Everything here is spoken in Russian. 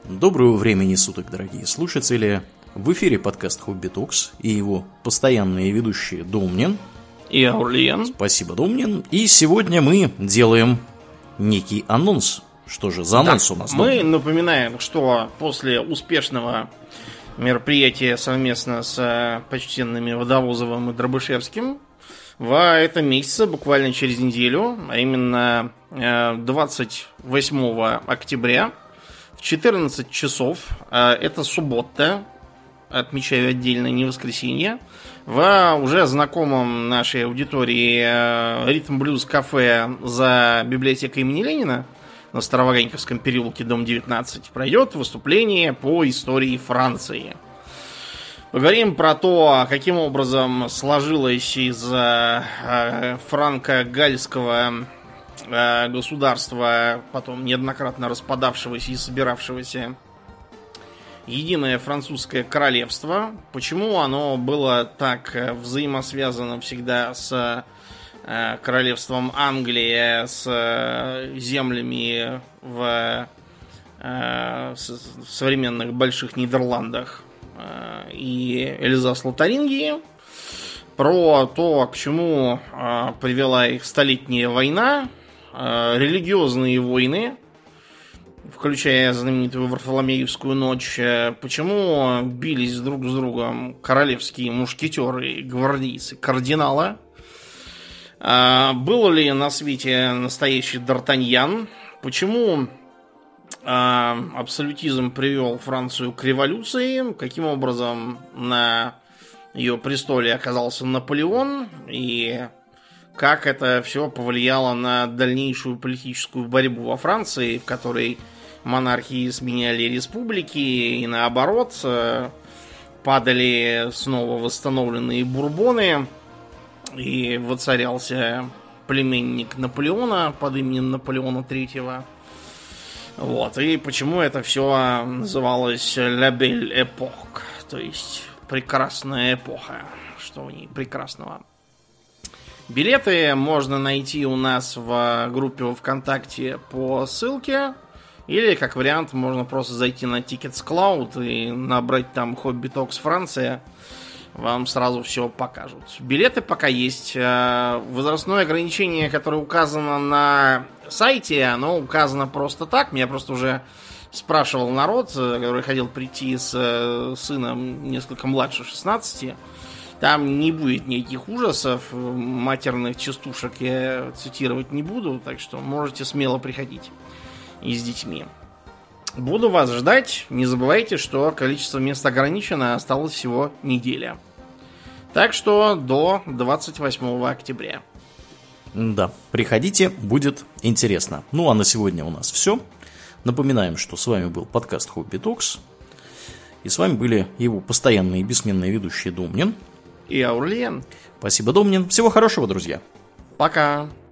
Доброго времени суток, дорогие слушатели. В эфире подкаст Хобби Токс и его постоянные ведущие Домнин и Аурлиен. Спасибо, Домнин. И сегодня мы делаем некий анонс. Что же за анонс у нас? Мы напоминаем, что после успешного мероприятия совместно с почтенными Водовозовым и Дробышевским в этом месяце, буквально через неделю, а именно 28 октября в 14 часов, это суббота, отмечаю отдельно, не воскресенье, в уже знакомом нашей аудитории Ритм Блюз кафе за библиотекой имени Ленина на Староваганьковском переулке, дом 19, пройдет выступление по истории Франции. Поговорим про то, каким образом сложилось из франко-гальского государства, потом неоднократно распадавшегося и собиравшегося, единое французское королевство. Почему оно было так взаимосвязано всегда с королевством Англии, с землями в современных больших Нидерландах и Эльзас-Лотарингии. Про то, к чему привела их столетняя война, религиозные войны, включая знаменитую Варфоломеевскую ночь, почему бились друг с другом королевские мушкетеры, гвардейцы, кардинала, был ли на свете настоящий Д'Артаньян, почему абсолютизм привел Францию к революции, каким образом на ее престоле оказался Наполеон и как это все повлияло на дальнейшую политическую борьбу во Франции, в которой монархии сменяли республики и наоборот падали снова восстановленные бурбоны и воцарялся племенник Наполеона под именем Наполеона III. Вот. И почему это все называлось «La Belle Époque», то есть прекрасная эпоха. Что в ней прекрасного? Билеты можно найти у нас в группе во ВКонтакте по ссылке. Или, как вариант, можно просто зайти на Tickets.Cloud и набрать там Hobby Talks Франция. Вам сразу все покажут. Билеты пока есть. Возрастное ограничение, которое указано на сайте, оно указано просто так. Меня просто уже спрашивал народ, который хотел прийти с сыном несколько младше 16. Там не будет никаких ужасов. Матерных частушек я цитировать не буду. Так что можете смело приходить и с детьми. Буду вас ждать. Не забывайте, что количество мест ограничено. Осталось всего неделя. Так что до 28 октября. Да, приходите, будет интересно. Ну а на сегодня у нас все. Напоминаем, что с вами был подкаст Хобби Токс. И с вами были его постоянные и бессменные ведущие Домнин и Аурлиен. Спасибо, Домнин. Всего хорошего, друзья. Пока.